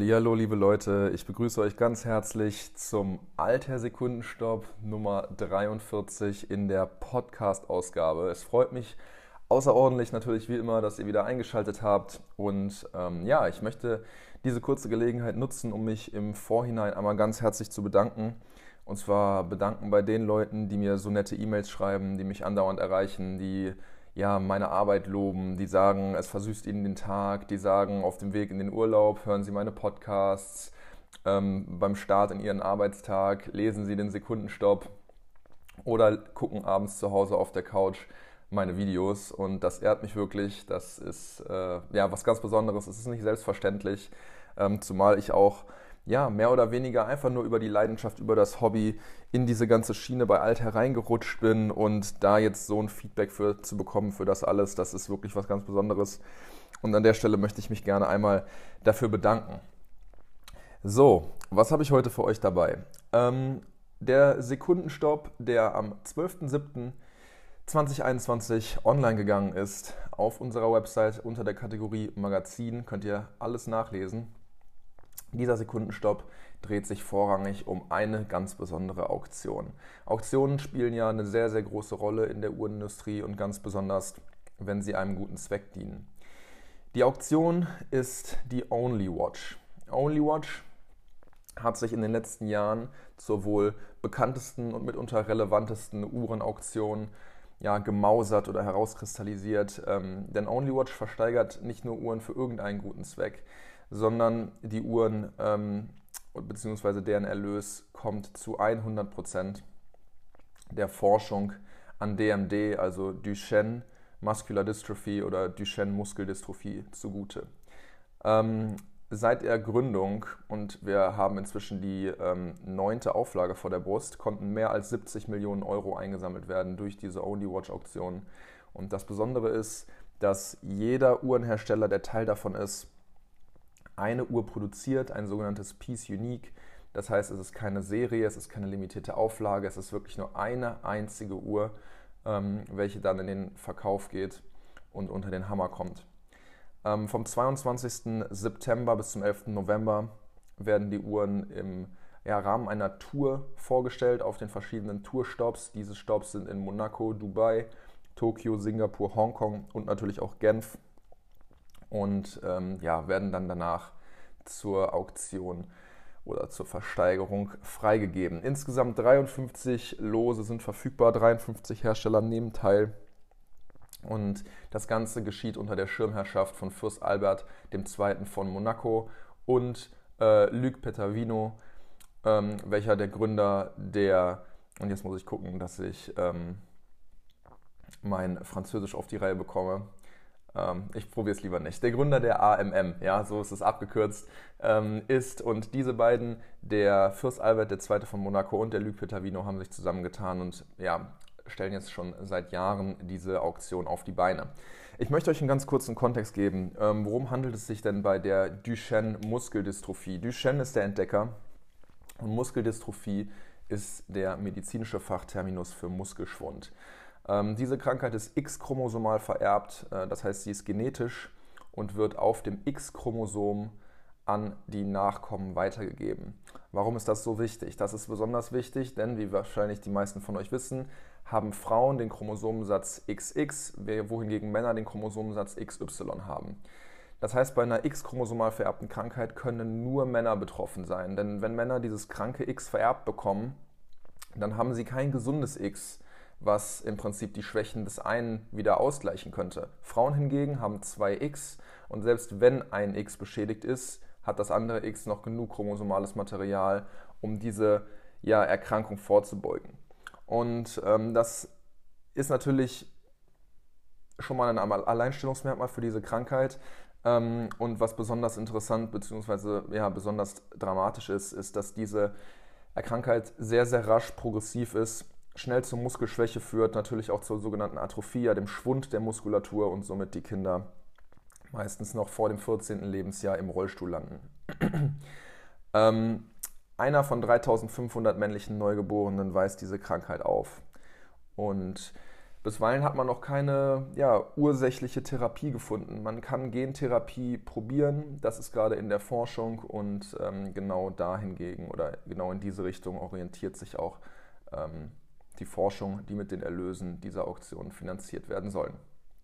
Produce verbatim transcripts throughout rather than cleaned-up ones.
Hallihallo, liebe Leute, ich begrüße euch ganz herzlich zum Alter-Sekundenstopp Nummer dreiundvierzig in der Podcast-Ausgabe. Es freut mich außerordentlich natürlich wie immer, dass ihr wieder eingeschaltet habt und ähm, ja, ich möchte diese kurze Gelegenheit nutzen, um mich im Vorhinein einmal ganz herzlich zu bedanken. Und zwar bedanken bei den Leuten, die mir so nette E-Mails schreiben, die mich andauernd erreichen, die ja, meine Arbeit loben, die sagen, es versüßt ihnen den Tag, die sagen, auf dem Weg in den Urlaub hören sie meine Podcasts, ähm, beim Start in ihren Arbeitstag lesen sie den Sekundenstopp oder gucken abends zu Hause auf der Couch meine Videos und das ehrt mich wirklich, das ist äh, ja was ganz Besonderes, es ist nicht selbstverständlich, ähm, zumal ich auch ja, mehr oder weniger einfach nur über die Leidenschaft, über das Hobby in diese ganze Schiene bei Alt hereingerutscht bin und da jetzt so ein Feedback für zu bekommen für das alles, das ist wirklich was ganz Besonderes. Und an der Stelle möchte ich mich gerne einmal dafür bedanken. So, was habe ich heute für euch dabei? Ähm, der Sekundenstopp, der am zwölfter siebter zweitausendeinundzwanzig online gegangen ist, auf unserer Website unter der Kategorie Magazin, könnt ihr alles nachlesen. Dieser Sekundenstopp dreht sich vorrangig um eine ganz besondere Auktion. Auktionen spielen ja eine sehr, sehr große Rolle in der Uhrenindustrie und ganz besonders, wenn sie einem guten Zweck dienen. Die Auktion ist die Only Watch. Only Watch hat sich in den letzten Jahren zur wohl bekanntesten und mitunter relevantesten Uhrenauktion ja, gemausert oder herauskristallisiert. Ähm, denn Only Watch versteigert nicht nur Uhren für irgendeinen guten Zweck, sondern die Uhren ähm, bzw. deren Erlös kommt zu hundert Prozent der Forschung an D M D, also Duchenne Muscular Dystrophy oder Duchenne Muskeldystrophie zugute. Ähm, seit der Gründung, und wir haben inzwischen die ähm, neunte Auflage vor der Brust, konnten mehr als siebzig Millionen Euro eingesammelt werden durch diese Only Watch Auktion. Und das Besondere ist, dass jeder Uhrenhersteller, der Teil davon ist, eine Uhr produziert, ein sogenanntes Piece Unique. Das heißt, es ist keine Serie, es ist keine limitierte Auflage, es ist wirklich nur eine einzige Uhr, ähm, welche dann in den Verkauf geht und unter den Hammer kommt. Ähm, vom zweiundzwanzigsten September bis zum elften November werden die Uhren im ja, Rahmen einer Tour vorgestellt auf den verschiedenen Tourstops. Diese Stops sind in Monaco, Dubai, Tokio, Singapur, Hongkong und natürlich auch Genf. Und ähm, ja, werden dann danach zur Auktion oder zur Versteigerung freigegeben. Insgesamt dreiundfünfzig Lose sind verfügbar, dreiundfünfzig Hersteller nehmen teil. Und das Ganze geschieht unter der Schirmherrschaft von Fürst Albert der Zweite von Monaco und äh, Luc Pétavino, ähm, welcher der Gründer der, und jetzt muss ich gucken, dass ich ähm, mein Französisch auf die Reihe bekomme, ich probiere es lieber nicht. Der Gründer der A M M, ja, so ist es abgekürzt, ähm, ist und diese beiden, der Fürst Albert der Zweite von Monaco und der Luc Pétavino, haben sich zusammengetan und ja, stellen jetzt schon seit Jahren diese Auktion auf die Beine. Ich möchte euch einen ganz kurzen Kontext geben. Ähm, worum handelt es sich denn bei der Duchenne Muskeldystrophie? Duchenne ist der Entdecker und Muskeldystrophie ist der medizinische Fachterminus für Muskelschwund. Ähm, diese Krankheit ist X-chromosomal vererbt, äh, das heißt, sie ist genetisch und wird auf dem X-Chromosom an die Nachkommen weitergegeben. Warum ist das so wichtig? Das ist besonders wichtig, denn wie wahrscheinlich die meisten von euch wissen, haben Frauen den Chromosomensatz X X, wohingegen Männer den Chromosomensatz X Y haben. Das heißt, bei einer X-chromosomal vererbten Krankheit können nur Männer betroffen sein, denn wenn Männer dieses kranke X vererbt bekommen, dann haben sie kein gesundes X, was im Prinzip die Schwächen des einen wieder ausgleichen könnte. Frauen hingegen haben zwei X und selbst wenn ein X beschädigt ist, hat das andere X noch genug chromosomales Material, um diese ja, Erkrankung vorzubeugen. Und ähm, das ist natürlich schon mal ein Alleinstellungsmerkmal für diese Krankheit. Ähm, und was besonders interessant bzw. Ja, besonders dramatisch ist, ist, dass diese Krankheit sehr, sehr rasch progressiv ist, schnell zur Muskelschwäche führt, natürlich auch zur sogenannten Atrophie, dem Schwund der Muskulatur und somit die Kinder meistens noch vor dem vierzehnten Lebensjahr im Rollstuhl landen. ähm, einer von dreitausendfünfhundert männlichen Neugeborenen weist diese Krankheit auf. Und Bisweilen hat man noch keine ja, ursächliche Therapie gefunden. Man kann Gentherapie probieren, das ist gerade in der Forschung und ähm, genau dahingegen oder genau in diese Richtung orientiert sich auch ähm, die Forschung, die mit den Erlösen dieser Auktion finanziert werden sollen.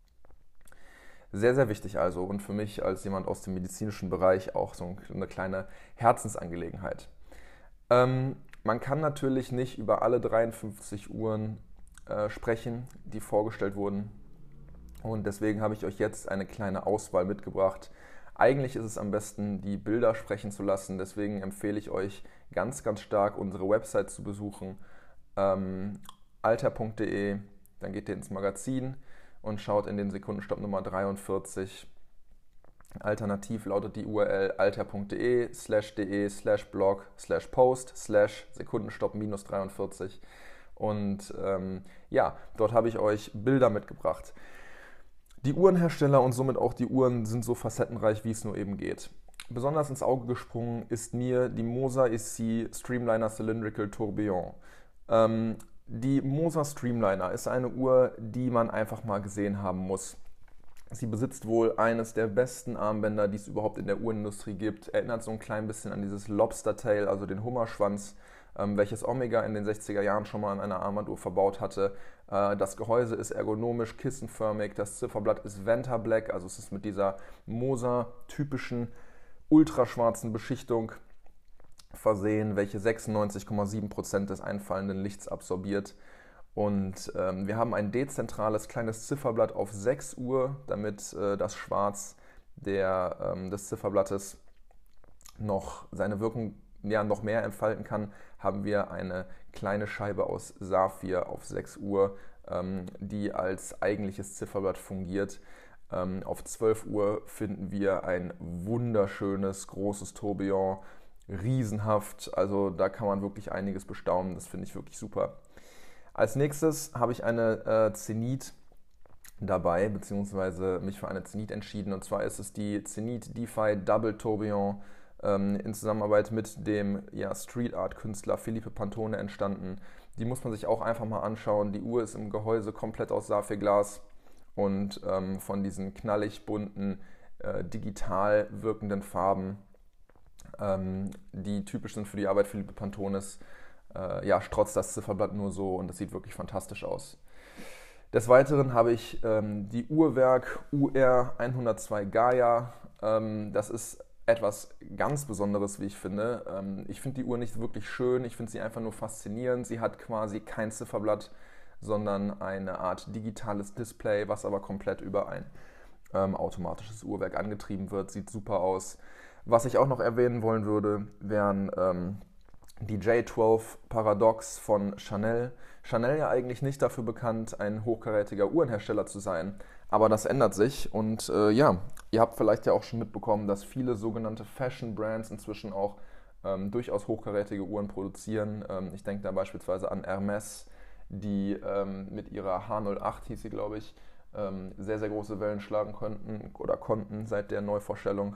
Sehr, sehr wichtig also und für mich als jemand aus dem medizinischen Bereich auch so eine kleine Herzensangelegenheit. Ähm, man kann natürlich nicht über alle dreiundfünfzig Uhren äh, sprechen, die vorgestellt wurden. Und deswegen habe ich euch jetzt eine kleine Auswahl mitgebracht. Eigentlich ist es am besten, die Bilder sprechen zu lassen. Deswegen empfehle ich euch ganz, ganz stark, unsere Website zu besuchen. Ähm, alter punkt de, dann geht ihr ins Magazin und schaut in den Sekundenstopp Nummer dreiundvierzig. Alternativ lautet die U R L alter punkt de slash de slash blog slash post slash Sekundenstopp minus dreiundvierzig. Und ähm, ja, dort habe ich euch Bilder mitgebracht. Die Uhrenhersteller und somit auch die Uhren sind so facettenreich, wie es nur eben geht. Besonders ins Auge gesprungen ist mir die Moser E C Streamliner Cylindrical Tourbillon. Ähm, die Moser Streamliner ist eine Uhr, die man einfach mal gesehen haben muss. Sie besitzt wohl eines der besten Armbänder, die es überhaupt in der Uhrenindustrie gibt. Erinnert so ein klein bisschen an dieses Lobster-Tail, also den Hummerschwanz, ähm, welches Omega in den sechziger Jahren schon mal an einer Armbanduhr verbaut hatte. Äh, das Gehäuse ist ergonomisch, kissenförmig, das Zifferblatt ist Venta Black, also es ist mit dieser Moser-typischen ultraschwarzen Beschichtung versehen, welche sechsundneunzig Komma sieben Prozent des einfallenden Lichts absorbiert. Und ähm, wir haben ein dezentrales kleines Zifferblatt auf sechs Uhr, damit äh, das Schwarz der, ähm, des Zifferblattes noch seine Wirkung ja, noch mehr entfalten kann, haben wir eine kleine Scheibe aus Saphir auf sechs Uhr, ähm, die als eigentliches Zifferblatt fungiert. Ähm, auf zwölf Uhr finden wir ein wunderschönes, großes Tourbillon, riesenhaft, also da kann man wirklich einiges bestaunen, das finde ich wirklich super. Als nächstes habe ich eine äh, Zenit dabei, beziehungsweise mich für eine Zenit entschieden. Und zwar ist es die Zenit DeFi Double Tourbillon ähm, in Zusammenarbeit mit dem ja, Street Art Künstler Felipe Pantone entstanden. Die muss man sich auch einfach mal anschauen. Die Uhr ist im Gehäuse komplett aus Saphirglas und ähm, von diesen knallig bunten, äh, digital wirkenden Farben, ähm, die typisch sind für die Arbeit Felipe Pantones. Ja, strotzt das Zifferblatt nur so und das sieht wirklich fantastisch aus. Des Weiteren habe ich ähm, die Uhrwerk U R hundertzwei Gaia. Ähm, das ist etwas ganz Besonderes, wie ich finde. Ähm, ich finde die Uhr nicht wirklich schön, ich finde sie einfach nur faszinierend. Sie hat quasi kein Zifferblatt, sondern eine Art digitales Display, was aber komplett über ein ähm, automatisches Uhrwerk angetrieben wird. Sieht super aus. Was ich auch noch erwähnen wollen würde, wären ähm, die J zwölf Paradox von Chanel. Chanel ja eigentlich nicht dafür bekannt, ein hochkarätiger Uhrenhersteller zu sein, aber das ändert sich und äh, ja, ihr habt vielleicht ja auch schon mitbekommen, dass viele sogenannte Fashion Brands inzwischen auch ähm, durchaus hochkarätige Uhren produzieren. Ähm, ich denke da beispielsweise an Hermes, die ähm, mit ihrer H null acht, hieß sie glaube ich, ähm, sehr, sehr große Wellen schlagen konnten oder konnten seit der Neuvorstellung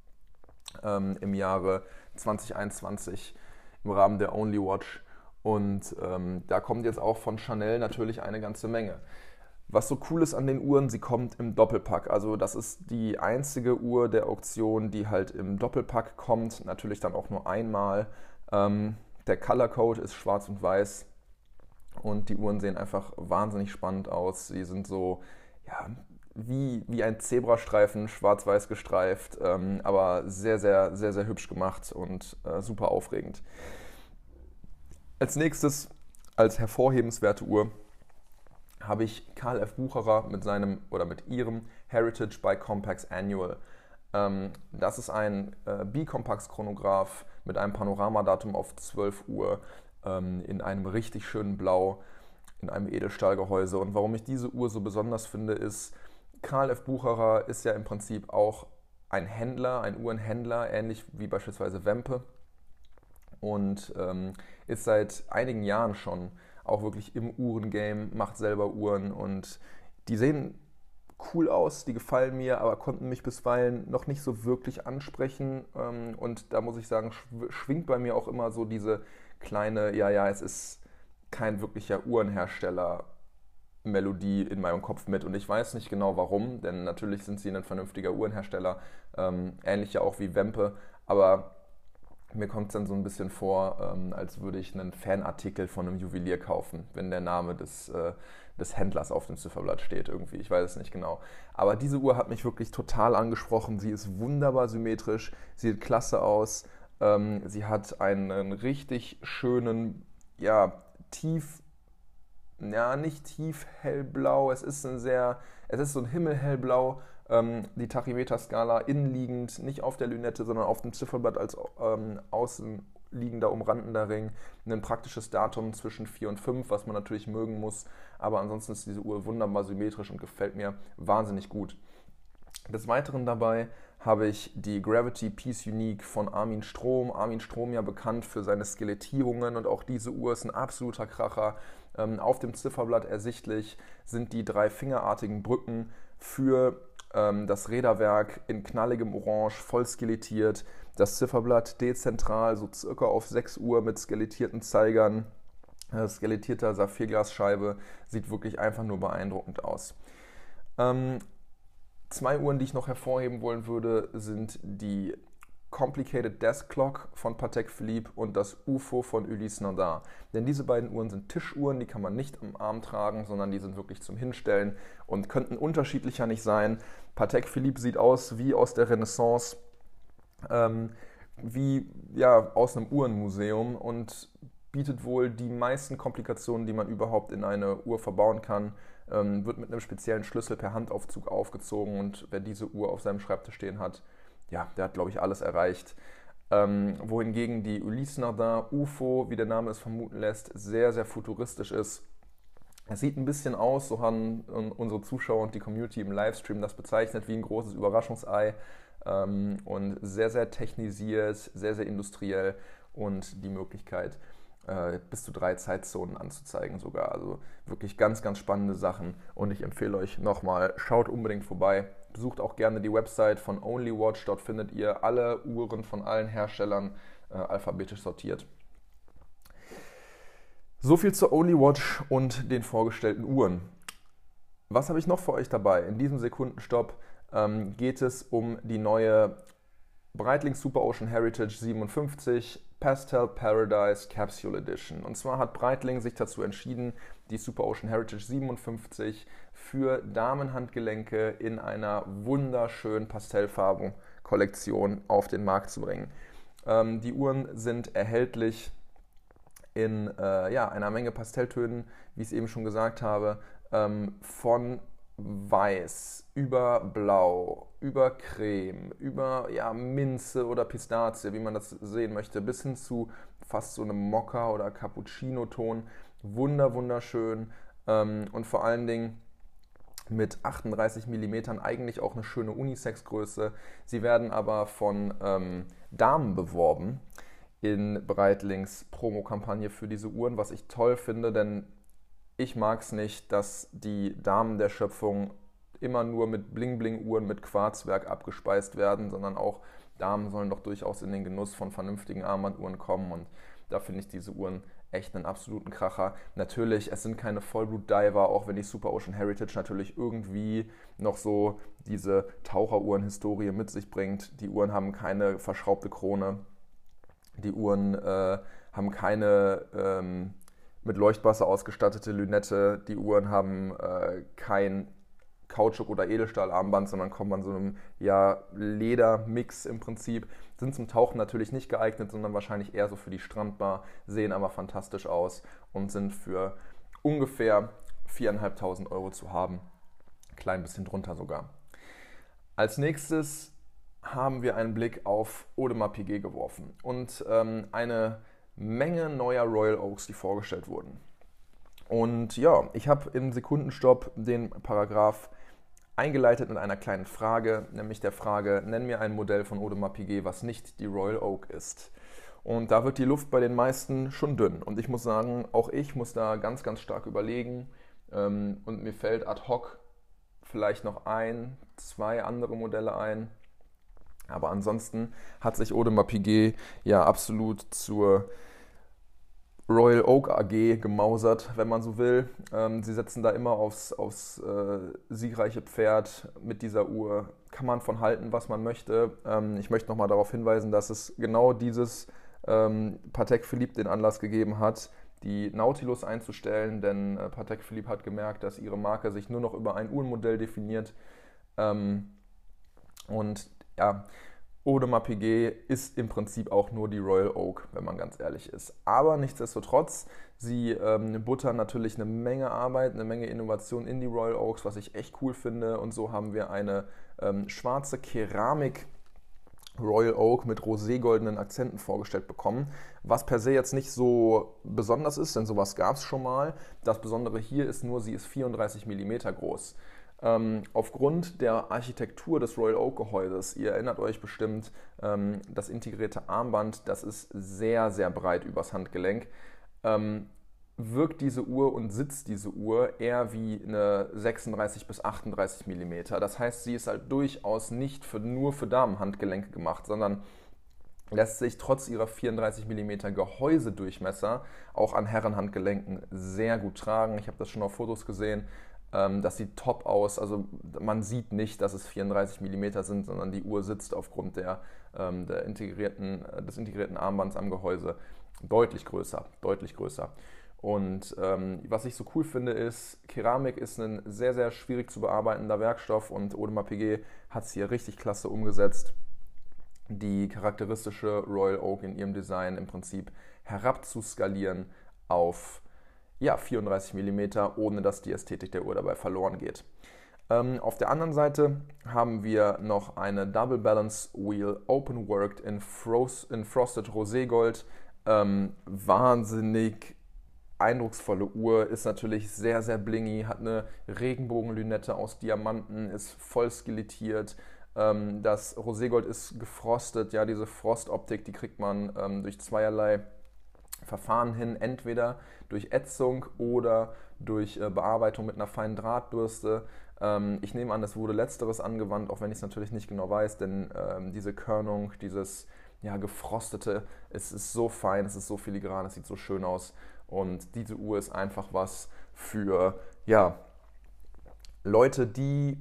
ähm, im Jahre zwanzig einundzwanzig. Im Rahmen der Only Watch und ähm, da kommt jetzt auch von Chanel natürlich eine ganze Menge. Was so cool ist an den Uhren, sie kommt im Doppelpack, also das ist die einzige Uhr der Auktion, die halt im Doppelpack kommt, natürlich dann auch nur einmal. Ähm, der Color Code ist schwarz und weiß und die Uhren sehen einfach wahnsinnig spannend aus, sie sind so, ja, wie, wie ein Zebrastreifen, schwarz-weiß gestreift, ähm, aber sehr, sehr, sehr, sehr hübsch gemacht und äh, super aufregend. Als nächstes, als hervorhebenswerte Uhr, habe ich Karl F. Bucherer mit seinem oder mit ihrem Heritage by Compax Annual. Ähm, das ist ein äh, Bicompax-Chronograph mit einem Panoramadatum auf zwölf Uhr ähm, in einem richtig schönen Blau, in einem Edelstahlgehäuse. Und warum ich diese Uhr so besonders finde, ist, Karl F. Bucherer ist ja im Prinzip auch ein Händler, ein Uhrenhändler, ähnlich wie beispielsweise Wempe und ähm, ist seit einigen Jahren schon auch wirklich im Uhrengame, macht selber Uhren und die sehen cool aus, die gefallen mir, aber konnten mich bisweilen noch nicht so wirklich ansprechen ähm, und da muss ich sagen, schwingt bei mir auch immer so diese kleine, ja, ja, es ist kein wirklicher Uhrenhersteller Melodie in meinem Kopf mit und ich weiß nicht genau warum, denn natürlich sind sie ein vernünftiger Uhrenhersteller, ähm, ähnlich ja auch wie Wempe, aber mir kommt es dann so ein bisschen vor, ähm, als würde ich einen Fanartikel von einem Juwelier kaufen, wenn der Name des, äh, des Händlers auf dem Zifferblatt steht irgendwie, ich weiß es nicht genau. Aber diese Uhr hat mich wirklich total angesprochen, sie ist wunderbar symmetrisch, sieht klasse aus, ähm, sie hat einen richtig schönen, ja, tief ja, nicht tief hellblau, es ist ein sehr, es ist so ein Himmelhellblau, ähm, die Tachymeter-Skala innenliegend, nicht auf der Lünette, sondern auf dem Zifferblatt als ähm, außenliegender, umrandender Ring. Ein praktisches Datum zwischen vier und fünf, was man natürlich mögen muss, aber ansonsten ist diese Uhr wunderbar symmetrisch und gefällt mir wahnsinnig gut. Des Weiteren dabei habe ich die Gravity Peace Unique von Armin Strohm. Armin Strohm ja bekannt für seine Skelettierungen und auch diese Uhr ist ein absoluter Kracher. Ähm, auf dem Zifferblatt ersichtlich sind die drei fingerartigen Brücken für ähm, das Räderwerk in knalligem Orange, voll skelettiert. Das Zifferblatt dezentral, so circa auf sechs Uhr mit skelettierten Zeigern. Äh, skelettierter Saphirglasscheibe, sieht wirklich einfach nur beeindruckend aus. Ähm, Zwei Uhren, die ich noch hervorheben wollen würde, sind die Complicated Desk Clock von Patek Philippe und das U F O von Ulysse Nardin. Denn diese beiden Uhren sind Tischuhren, die kann man nicht am Arm tragen, sondern die sind wirklich zum Hinstellen und könnten unterschiedlicher nicht sein. Patek Philippe sieht aus wie aus der Renaissance, ähm, wie ja, aus einem Uhrenmuseum und bietet wohl die meisten Komplikationen, die man überhaupt in eine Uhr verbauen kann. Ähm, wird mit einem speziellen Schlüssel per Handaufzug aufgezogen und wer diese Uhr auf seinem Schreibtisch stehen hat, ja, der hat, glaube ich, alles erreicht. Ähm, wohingegen die Ulysse Nardin U F O, wie der Name es vermuten lässt, sehr, sehr futuristisch ist. Es sieht ein bisschen aus, so haben unsere Zuschauer und die Community im Livestream das bezeichnet, wie ein großes Überraschungsei ähm, und sehr, sehr technisiert, sehr, sehr industriell und die Möglichkeit, äh, bis zu drei Zeitzonen anzuzeigen sogar. Also wirklich ganz, ganz spannende Sachen und ich empfehle euch nochmal, schaut unbedingt vorbei. Besucht auch gerne die Website von OnlyWatch, dort findet ihr alle Uhren von allen Herstellern äh, alphabetisch sortiert. So viel zur OnlyWatch und den vorgestellten Uhren. Was habe ich noch für euch dabei? In diesem Sekundenstopp ähm, geht es um die neue Breitling Super Ocean Heritage siebenundfünfzig Pastel Paradise Capsule Edition. Und zwar hat Breitling sich dazu entschieden, die Super Ocean Heritage siebenundfünfzig für Damenhandgelenke in einer wunderschönen Pastellfarben-Kollektion auf den Markt zu bringen. Ähm, die Uhren sind erhältlich in äh, ja, einer Menge Pastelltönen, wie ich es eben schon gesagt habe, ähm, von Weiß, über Blau, über Creme, über ja, Minze oder Pistazie, wie man das sehen möchte, bis hin zu fast so einem Mokka- oder Cappuccino-Ton. Wunder, wunderschön ähm, und vor allen Dingen mit achtunddreißig Millimeter eigentlich auch eine schöne Unisex-Größe. Sie werden aber von ähm, Damen beworben in Breitlings Promokampagne für diese Uhren, was ich toll finde, denn ich mag es nicht, dass die Damen der Schöpfung immer nur mit Bling-Bling-Uhren mit Quarzwerk abgespeist werden, sondern auch Damen sollen doch durchaus in den Genuss von vernünftigen Armbanduhren kommen und da finde ich diese Uhren echt einen absoluten Kracher. Natürlich, es sind keine Vollblut-Diver, auch wenn die Super Ocean Heritage natürlich irgendwie noch so diese Taucheruhren-Historie mit sich bringt. Die Uhren haben keine verschraubte Krone, die Uhren äh, haben keine ähm, mit Leuchtwasser ausgestattete Lünette. Die Uhren haben äh, kein Kautschuk- oder Edelstahlarmband, sondern kommen an so einem ja, Ledermix im Prinzip. Sind zum Tauchen natürlich nicht geeignet, sondern wahrscheinlich eher so für die Strandbar, sehen aber fantastisch aus und sind für ungefähr viertausendfünfhundert Euro zu haben. Klein bisschen drunter sogar. Als nächstes haben wir einen Blick auf Audemars Piguet geworfen und ähm, eine Menge neuer Royal Oaks, die vorgestellt wurden. Und ja, ich habe im Sekundenstopp den Paragraph eingeleitet mit einer kleinen Frage, nämlich der Frage, nenn mir ein Modell von Audemars Piguet, was nicht die Royal Oak ist. Und da wird die Luft bei den meisten schon dünn. Und ich muss sagen, auch ich muss da ganz, ganz stark überlegen. Und mir fällt ad hoc vielleicht noch ein, zwei andere Modelle ein. Aber ansonsten hat sich Audemars Piguet ja absolut zur Royal Oak A G gemausert, wenn man so will. Ähm, sie setzen da immer aufs, aufs äh, siegreiche Pferd mit dieser Uhr. Kann man von halten, was man möchte. Ähm, ich möchte nochmal darauf hinweisen, dass es genau dieses ähm, Patek Philippe den Anlass gegeben hat, die Nautilus einzustellen, denn äh, Patek Philippe hat gemerkt, dass ihre Marke sich nur noch über ein Uhrenmodell definiert. Ähm, und ja, Audemars Piguet ist im Prinzip auch nur die Royal Oak, wenn man ganz ehrlich ist. Aber nichtsdestotrotz, sie ähm, buttern natürlich eine Menge Arbeit, eine Menge Innovation in die Royal Oaks, was ich echt cool finde. Und so haben wir eine ähm, schwarze Keramik Royal Oak mit roségoldenen Akzenten vorgestellt bekommen, was per se jetzt nicht so besonders ist, denn sowas gab es schon mal. Das Besondere hier ist nur, sie ist vierunddreißig Millimeter groß. Ähm, aufgrund der Architektur des Royal Oak Gehäuses, ihr erinnert euch bestimmt, ähm, das integrierte Armband, das ist sehr, sehr breit übers Handgelenk, ähm, wirkt diese Uhr und sitzt diese Uhr eher wie eine sechsunddreißig bis achtunddreißig Millimeter. Das heißt, sie ist halt durchaus nicht für, nur für Damenhandgelenke gemacht, sondern lässt sich trotz ihrer vierunddreißig Millimeter Gehäusedurchmesser auch an Herrenhandgelenken sehr gut tragen. Ich habe das schon auf Fotos gesehen. Das sieht top aus, also man sieht nicht, dass es vierunddreißig Millimeter sind, sondern die Uhr sitzt aufgrund der, ähm, der integrierten, des integrierten Armbands am Gehäuse deutlich größer, deutlich größer. Und ähm, was ich so cool finde ist, Keramik ist ein sehr, sehr schwierig zu bearbeitender Werkstoff und Audemars Piguet hat es hier richtig klasse umgesetzt, die charakteristische Royal Oak in ihrem Design im Prinzip herabzuskalieren auf ja, vierunddreißig Millimeter, ohne dass die Ästhetik der Uhr dabei verloren geht. Ähm, auf der anderen Seite haben wir noch eine Double Balance Wheel Open Worked in, Frost, in Frosted Rosé Gold. Ähm, wahnsinnig eindrucksvolle Uhr, ist natürlich sehr, sehr blingy, hat eine Regenbogenlünette aus Diamanten, ist voll skelettiert. Ähm, das Roségold ist gefrostet, ja, diese Frostoptik, die kriegt man ähm, durch zweierlei Verfahren hin, entweder durch Ätzung oder durch äh, Bearbeitung mit einer feinen Drahtbürste. Ähm, ich nehme an, es wurde letzteres angewandt, auch wenn ich es natürlich nicht genau weiß, denn ähm, diese Körnung, dieses ja, gefrostete, es ist so fein, es ist so filigran, es sieht so schön aus und diese Uhr ist einfach was für ja, Leute, die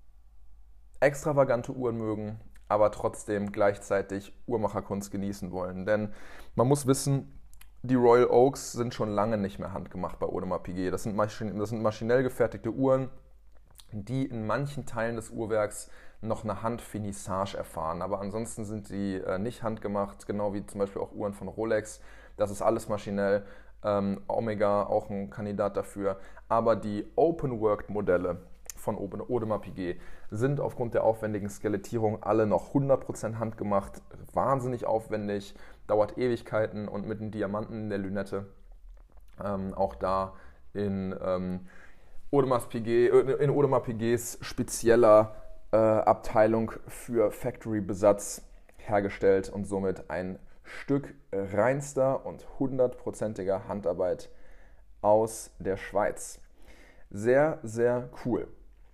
extravagante Uhren mögen, aber trotzdem gleichzeitig Uhrmacherkunst genießen wollen, denn man muss wissen, die Royal Oaks sind schon lange nicht mehr handgemacht bei Audemars Piguet. Das sind, Maschin- das sind maschinell gefertigte Uhren, die in manchen Teilen des Uhrwerks noch eine Handfinissage erfahren. Aber ansonsten sind sie äh, nicht handgemacht, genau wie zum Beispiel auch Uhren von Rolex. Das ist alles maschinell. Ähm, Omega auch ein Kandidat dafür. Aber die Open-Worked-Modelle von Audemars Piguet sind aufgrund der aufwendigen Skelettierung alle noch hundert Prozent handgemacht. Wahnsinnig aufwendig. Dauert Ewigkeiten und mit den Diamanten in der Lünette ähm, auch da in, ähm, Audemars Piguet, in Audemars Piguets spezieller äh, Abteilung für Factory-Besatz hergestellt und somit ein Stück reinster und hundertprozentiger Handarbeit aus der Schweiz. Sehr, sehr cool.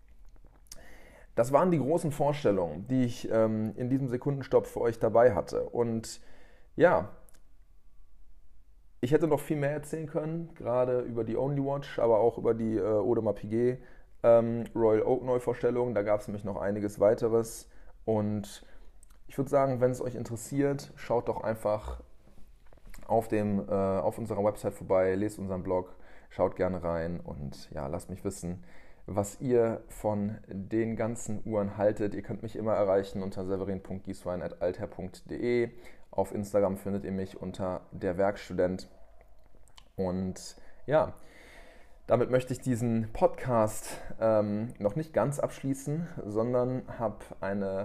Das waren die großen Vorstellungen, die ich ähm, in diesem Sekundenstopp für euch dabei hatte. Und ja, ich hätte noch viel mehr erzählen können, gerade über die Only Watch, aber auch über die äh, Audemars Piguet ähm, Royal Oak Neuvorstellung. Da gab es nämlich noch einiges weiteres. Und ich würde sagen, wenn es euch interessiert, schaut doch einfach auf, dem, äh, auf unserer Website vorbei, lest unseren Blog, schaut gerne rein und ja, lasst mich wissen, was ihr von den ganzen Uhren haltet. Ihr könnt mich immer erreichen unter severin punkt gieswein at altherr punkt de. Auf Instagram findet ihr mich unter der Werkstudent. Und ja, damit möchte ich diesen Podcast ähm, noch nicht ganz abschließen, sondern habe eine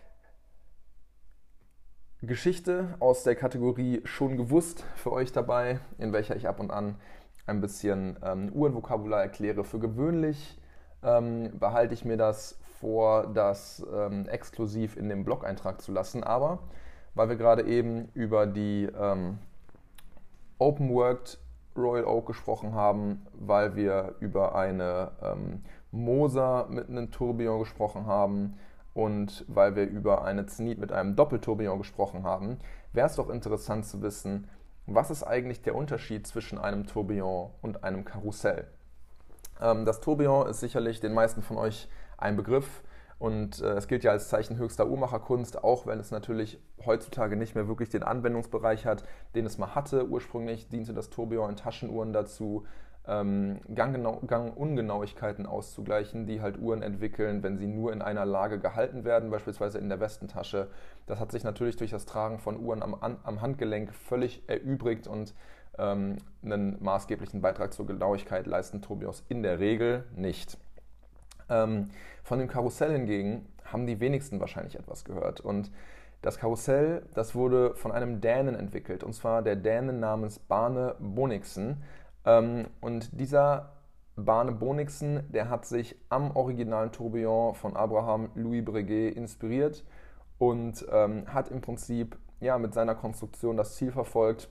Geschichte aus der Kategorie schon gewusst für euch dabei, in welcher ich ab und an ein bisschen ähm, Uhrenvokabular erkläre. Für gewöhnlich ähm, behalte ich mir das vor, das ähm, exklusiv in dem Blog-Eintrag zu lassen, aber weil wir gerade eben über die ähm, Open-Worked Royal Oak gesprochen haben, weil wir über eine ähm, Moser mit einem Tourbillon gesprochen haben und weil wir über eine Zenit mit einem Doppeltourbillon gesprochen haben, wäre es doch interessant zu wissen, Was ist eigentlich der Unterschied zwischen einem Tourbillon und einem Karussell? Ähm, das Tourbillon ist sicherlich den meisten von euch ein Begriff und äh, es gilt ja als Zeichen höchster Uhrmacherkunst, auch wenn es natürlich heutzutage nicht mehr wirklich den Anwendungsbereich hat, den es mal hatte. Ursprünglich diente das Tourbillon in Taschenuhren dazu, ähm, Ganggenau- Gangungenauigkeiten auszugleichen, die halt Uhren entwickeln, wenn sie nur in einer Lage gehalten werden, beispielsweise in der Westentasche. Das hat sich natürlich durch das Tragen von Uhren am, am Handgelenk völlig erübrigt und ähm, einen maßgeblichen Beitrag zur Genauigkeit leisten Tourbillons in der Regel nicht. Ähm, von dem Karussell hingegen haben die wenigsten wahrscheinlich etwas gehört. Und das Karussell, das wurde von einem Dänen entwickelt, und zwar der Dänen namens Bane Boniksen. Ähm, und dieser Bane Boniksen, der hat sich am originalen Tourbillon von Abraham Louis Breguet inspiriert und ähm, hat im Prinzip ja, mit seiner Konstruktion das Ziel verfolgt,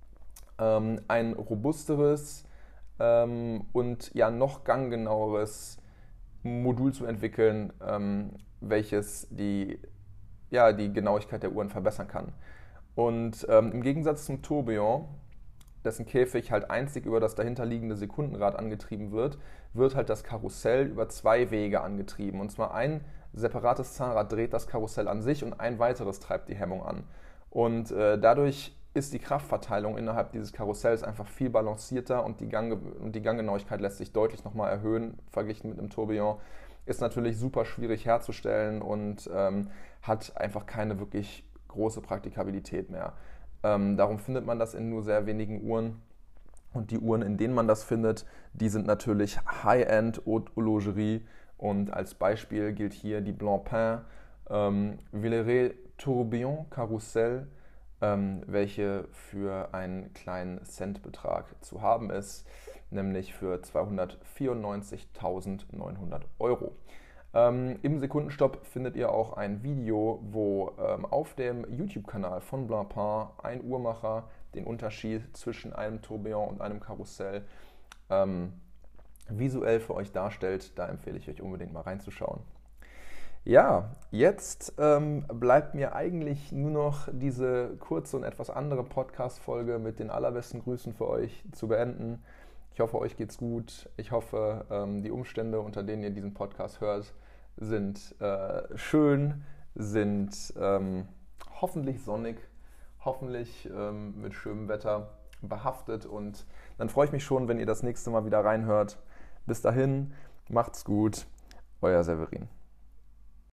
ähm, ein robusteres ähm, und ja noch ganggenaueres Modul zu entwickeln, ähm, welches die, ja, die Genauigkeit der Uhren verbessern kann. Und ähm, im Gegensatz zum Tourbillon, dessen Käfig halt einzig über das dahinterliegende Sekundenrad angetrieben wird, wird halt das Karussell über zwei Wege angetrieben. Und zwar ein separates Zahnrad dreht das Karussell an sich und ein weiteres treibt die Hemmung an. Und äh, dadurch ist die Kraftverteilung innerhalb dieses Karussells einfach viel balancierter und die, Gang, und die Ganggenauigkeit lässt sich deutlich nochmal erhöhen, verglichen mit einem Tourbillon. Ist natürlich super schwierig herzustellen und ähm, hat einfach keine wirklich große Praktikabilität mehr. Ähm, darum findet man das in nur sehr wenigen Uhren. Und die Uhren, in denen man das findet, die sind natürlich High-End Haute Horlogerie. Und als Beispiel gilt hier die Blancpain ähm, Villeret Tourbillon Karussell, ähm, welche für einen kleinen Centbetrag zu haben ist, nämlich für zweihundertvierundneunzigtausendneunhundert Euro. Ähm, Im Sekundenstopp findet ihr auch ein Video, wo ähm, auf dem YouTube-Kanal von Blancpain ein Uhrmacher den Unterschied zwischen einem Tourbillon und einem Karussell ähm, visuell für euch darstellt. Da empfehle ich euch unbedingt mal reinzuschauen. Ja, jetzt ähm, bleibt mir eigentlich nur noch diese kurze und etwas andere Podcast-Folge mit den allerbesten Grüßen für euch zu beenden. Ich hoffe, euch geht's gut. Ich hoffe, ähm, die Umstände, unter denen ihr diesen Podcast hört, sind äh, schön, sind ähm, hoffentlich sonnig, hoffentlich ähm, mit schönem Wetter behaftet. Und dann freue ich mich schon, wenn ihr das nächste Mal wieder reinhört. Bis dahin, macht's gut, euer Severin.